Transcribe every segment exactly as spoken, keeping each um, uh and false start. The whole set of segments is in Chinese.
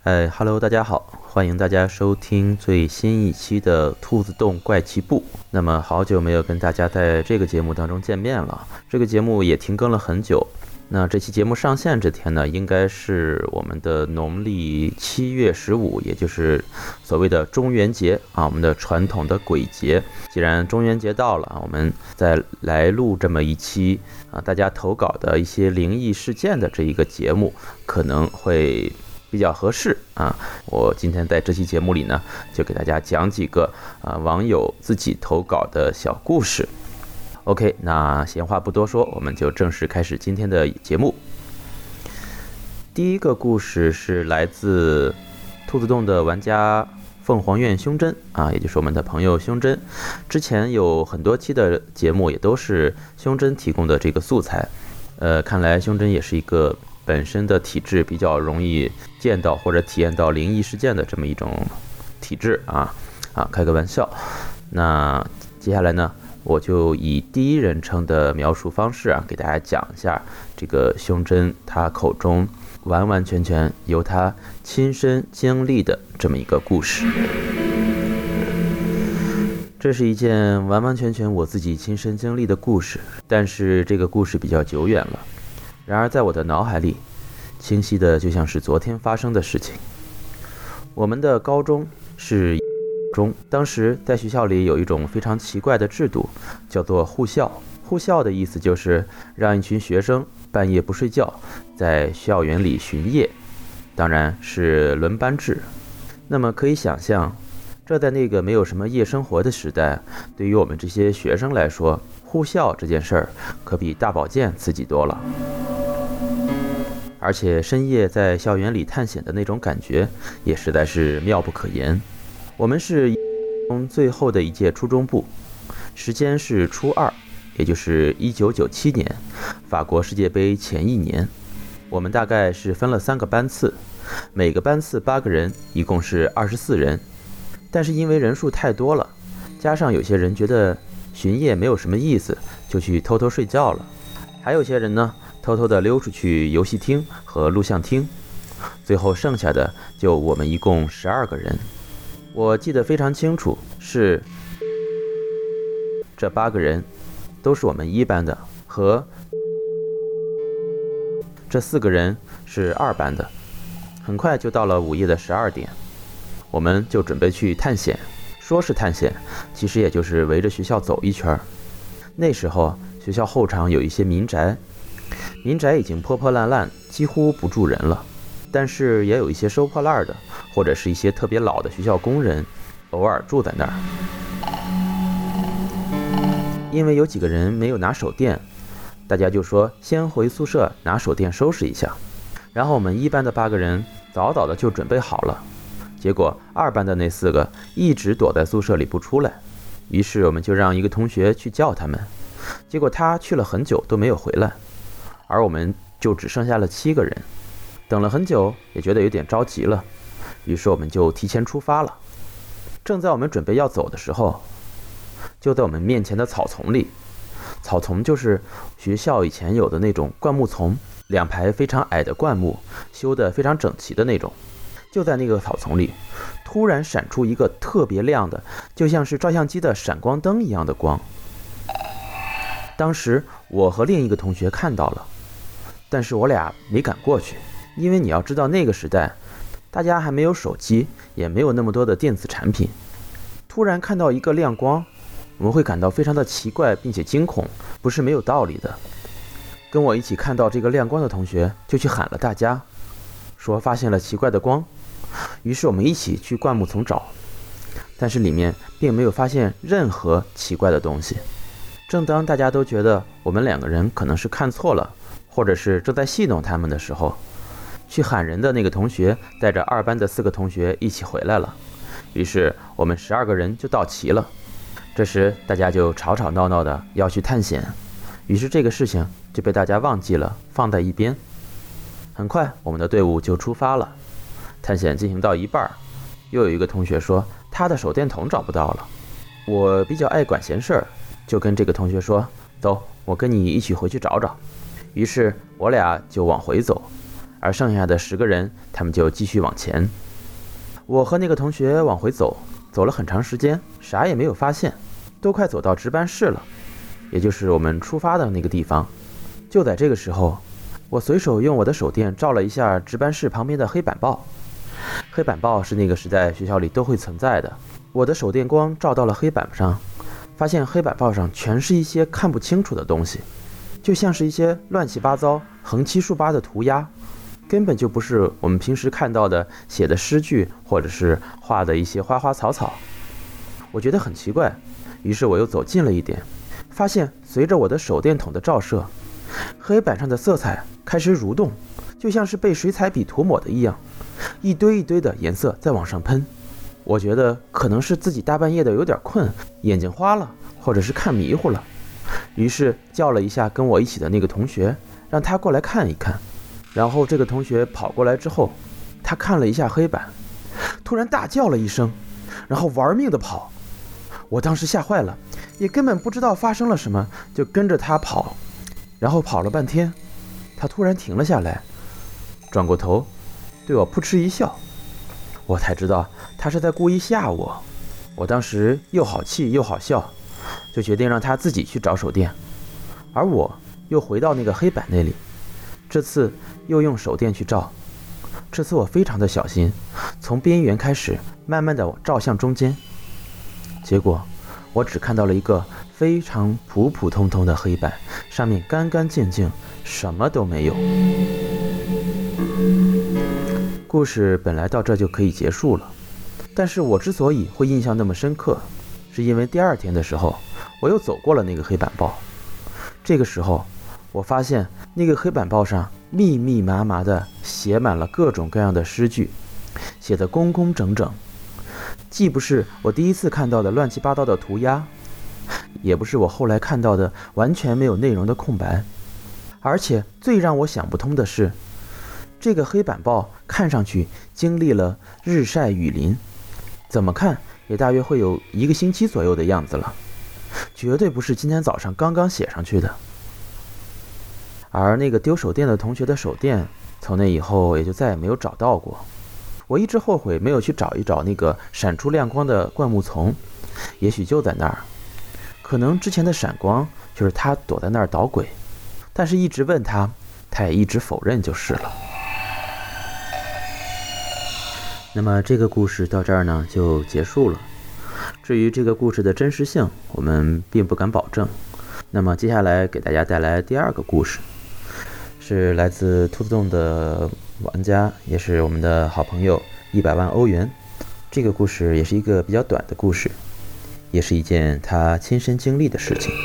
哎，Hello，大家好，欢迎大家收听最新一期的兔子洞怪奇部。那么好久没有跟大家在这个节目当中见面了，这个节目也停更了很久。那这期节目上线这天呢，应该是我们的农历七月十五，也就是所谓的中元节啊，我们的传统的鬼节。既然中元节到了，我们再来录这么一期啊，大家投稿的一些灵异事件的这一个节目，可能会比较合适啊。我今天在这期节目里呢，就给大家讲几个啊网友自己投稿的小故事。OK， 那闲话不多说，我们就正式开始今天的节目。第一个故事是来自兔子洞的玩家凤凰院胸针啊，也就是我们的朋友胸针。之前有很多期的节目也都是胸针提供的这个素材，呃，看来胸针也是一个本身的体质比较容易见到或者体验到灵异事件的这么一种体质啊啊，开个玩笑。那接下来呢，我就以第一人称的描述方式啊，给大家讲一下这个胸针他口中完完全全由他亲身经历的这么一个故事。这是一件完完全全我自己亲身经历的故事，但是这个故事比较久远了。然而在我的脑海里，清晰的就像是昨天发生的事情。我们的高中是中，当时在学校里有一种非常奇怪的制度，叫做护校。护校的意思就是让一群学生半夜不睡觉，在校园里巡夜，当然是轮班制。那么可以想象，这在那个没有什么夜生活的时代，对于我们这些学生来说，护校这件事儿可比大保健刺激多了。而且深夜在校园里探险的那种感觉，也实在是妙不可言。我们是最后的一届初中部，时间是初二，也就是一九九七年，法国世界杯前一年。我们大概是分了三个班次，每个班次八个人，一共是二十四人。但是因为人数太多了，加上有些人觉得巡夜没有什么意思，就去偷偷睡觉了。还有些人呢，偷偷的溜出去游戏厅和录像厅。最后剩下的就我们一共十二个人。我记得非常清楚，是这八个人都是我们一班的，和这四个人是二班的。很快就到了午夜的十二点，我们就准备去探险。说是探险，其实也就是围着学校走一圈。那时候学校后场有一些民宅，民宅已经破破烂烂，几乎不住人了。但是也有一些收破烂的，或者是一些特别老的学校工人，偶尔住在那儿。因为有几个人没有拿手电，大家就说先回宿舍拿手电收拾一下。然后我们一班的八个人早早的就准备好了，结果二班的那四个一直躲在宿舍里不出来。于是我们就让一个同学去叫他们，结果他去了很久都没有回来，而我们就只剩下了七个人。等了很久，也觉得有点着急了，于是我们就提前出发了。正在我们准备要走的时候，就在我们面前的草丛里，草丛就是学校以前有的那种灌木丛，两排非常矮的灌木，修得非常整齐的那种。就在那个草丛里，突然闪出一个特别亮的，就像是照相机的闪光灯一样的光。当时我和另一个同学看到了，但是我俩没敢过去。因为你要知道，那个时代大家还没有手机，也没有那么多的电子产品。突然看到一个亮光，我们会感到非常的奇怪并且惊恐，不是没有道理的。跟我一起看到这个亮光的同学就去喊了大家，说发现了奇怪的光。于是我们一起去灌木丛找，但是里面并没有发现任何奇怪的东西。正当大家都觉得我们两个人可能是看错了，或者是正在戏弄他们的时候，去喊人的那个同学带着二班的四个同学一起回来了。于是我们十二个人就到齐了。这时大家就吵吵闹闹的要去探险，于是这个事情就被大家忘记了，放在一边。很快我们的队伍就出发了。探险进行到一半，又有一个同学说他的手电筒找不到了。我比较爱管闲事儿，就跟这个同学说，走，我跟你一起回去找找。于是我俩就往回走， 而剩下的十个人，他们就继续往前。我和那个同学往回走，走了很长时间，啥也没有发现，都快走到值班室了，也就是我们出发的那个地方。就在这个时候，我随手用我的手电照了一下值班室旁边的黑板报。黑板报是那个时代学校里都会存在的。我的手电光照到了黑板上，发现黑板报上全是一些看不清楚的东西，就像是一些乱七八糟、横七竖八的涂鸦，根本就不是我们平时看到的写的诗句，或者是画的一些花花草草。我觉得很奇怪，于是我又走近了一点，发现随着我的手电筒的照射，黑板上的色彩开始蠕动，就像是被水彩笔涂抹的一样，一堆一堆的颜色在往上喷。我觉得可能是自己大半夜的有点困，眼睛花了，或者是看迷糊了，于是叫了一下跟我一起的那个同学，让他过来看一看。然后这个同学跑过来之后，他看了一下黑板，突然大叫了一声，然后玩命的跑。我当时吓坏了，也根本不知道发生了什么，就跟着他跑。然后跑了半天，他突然停了下来，转过头对我扑哧一笑。我才知道他是在故意吓我。我当时又好气又好笑，就决定让他自己去找手电，而我又回到那个黑板那里，这次又用手电去照。这次我非常的小心，从边缘开始慢慢的照向中间，结果我只看到了一个非常普普通通的黑板，上面干干净净，什么都没有。故事本来到这就可以结束了，但是我之所以会印象那么深刻，是因为第二天的时候，我又走过了那个黑板报。这个时候，我发现那个黑板报上密密麻麻的写满了各种各样的诗句，写得工工整整，既不是我第一次看到的乱七八糟的涂鸦，也不是我后来看到的完全没有内容的空白，而且最让我想不通的是，这个黑板报看上去经历了日晒雨淋，怎么看也大约会有一个星期左右的样子了，绝对不是今天早上刚刚写上去的。而那个丢手电的同学的手电，从那以后也就再也没有找到过。我一直后悔没有去找一找那个闪出亮光的灌木丛，也许就在那儿，可能之前的闪光就是他躲在那儿捣鬼，但是一直问他，他也一直否认就是了。那么这个故事到这儿呢就结束了。至于这个故事的真实性，我们并不敢保证。那么接下来给大家带来第二个故事，是来自兔子洞的玩家，也是我们的好朋友一百万欧元。这个故事也是一个比较短的故事，也是一件他亲身经历的事情。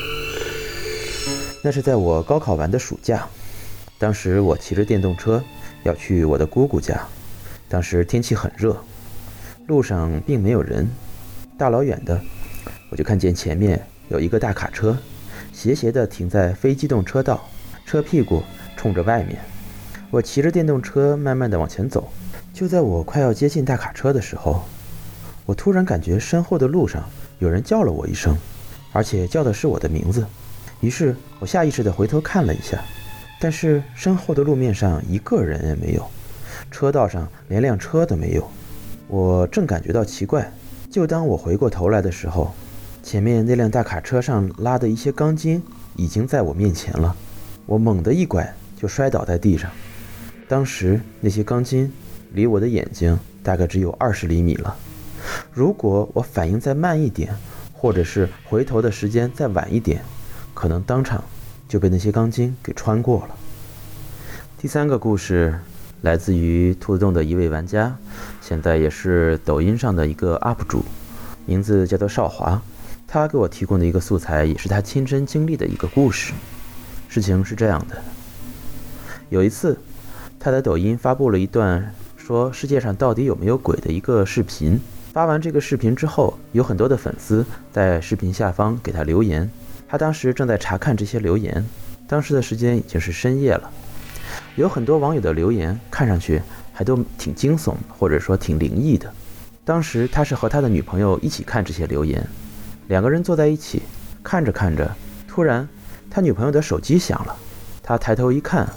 那是在我高考完的暑假，当时我骑着电动车要去我的姑姑家。当时天气很热，路上并没有人，大老远的我就看见前面有一个大卡车斜斜地停在非机动车道，车屁股冲着外面。我骑着电动车慢慢地往前走，就在我快要接近大卡车的时候，我突然感觉身后的路上有人叫了我一声，而且叫的是我的名字。于是我下意识地回头看了一下，但是身后的路面上一个人也没有，车道上连辆车都没有。我正感觉到奇怪，就当我回过头来的时候，前面那辆大卡车上拉的一些钢筋已经在我面前了。我猛地一拐就摔倒在地上，当时那些钢筋离我的眼睛大概只有二十厘米了，如果我反应再慢一点，或者是回头的时间再晚一点，可能当场就被那些钢筋给穿过了。第三个故事来自于兔子洞的一位玩家，现在也是抖音上的一个 U P 主，名字叫做少华。他给我提供的一个素材，也是他亲身经历的一个故事。事情是这样的，有一次他在抖音发布了一段说世界上到底有没有鬼的一个视频。发完这个视频之后，有很多的粉丝在视频下方给他留言，他当时正在查看这些留言，当时的时间已经是深夜了。有很多网友的留言看上去还都挺惊悚，或者说挺灵异的。当时他是和他的女朋友一起看这些留言，两个人坐在一起看着看着，突然他女朋友的手机响了，他抬头一看，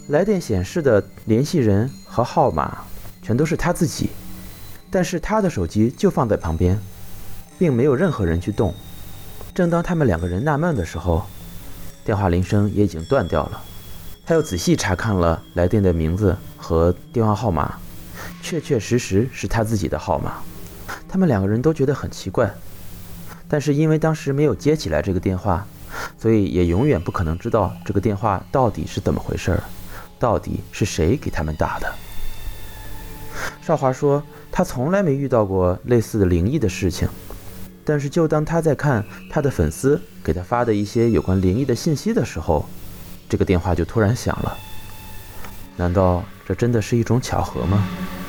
来电显示的联系人和号码全都是他自己，但是他的手机就放在旁边，并没有任何人去动。正当他们两个人纳闷的时候，电话铃声也已经断掉了。他又仔细查看了来电的名字和电话号码，确确实实是他自己的号码。他们两个人都觉得很奇怪，但是因为当时没有接起来这个电话，所以也永远不可能知道这个电话到底是怎么回事，到底是谁给他们打的。少华说他从来没遇到过类似的灵异的事情，但是就当他在看他的粉丝给他发的一些有关灵异的信息的时候，这个电话就突然响了。难道这真的是一种巧合吗？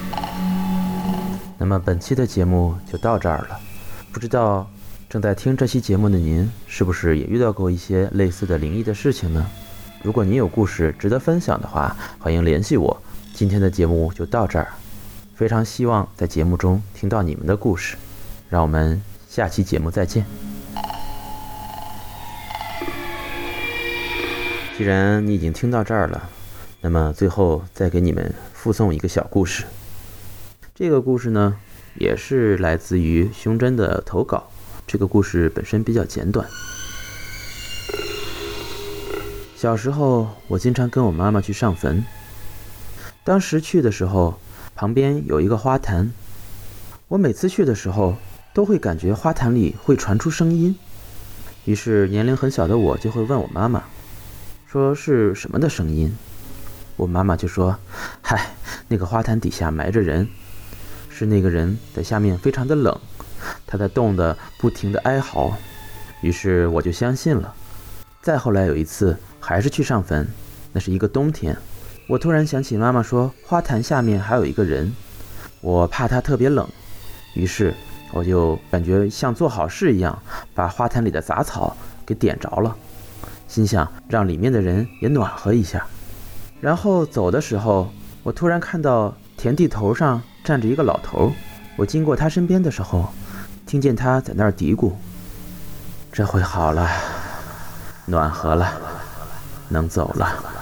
那么本期的节目就到这儿了。不知道正在听这期节目的您，是不是也遇到过一些类似的灵异的事情呢？如果您有故事值得分享的话，欢迎联系我。今天的节目就到这儿，非常希望在节目中听到你们的故事。让我们下期节目再见。既然你已经听到这儿了，那么最后再给你们附送一个小故事。这个故事呢，也是来自于胸针的投稿。这个故事本身比较简短。小时候，我经常跟我妈妈去上坟。当时去的时候，旁边有一个花坛。我每次去的时候，都会感觉花坛里会传出声音。于是年龄很小的我就会问我妈妈，说是什么的声音。我妈妈就说，嗨，那个花坛底下埋着人，是那个人在下面非常的冷，他在冻得不停的哀嚎。于是我就相信了。再后来有一次还是去上坟，那是一个冬天，我突然想起妈妈说花坛下面还有一个人，我怕他特别冷，于是我就感觉像做好事一样，把花坛里的杂草给点着了，心想让里面的人也暖和一下。然后走的时候，我突然看到田地头上站着一个老头，我经过他身边的时候，听见他在那儿嘀咕，这回好了，暖和了，能走了。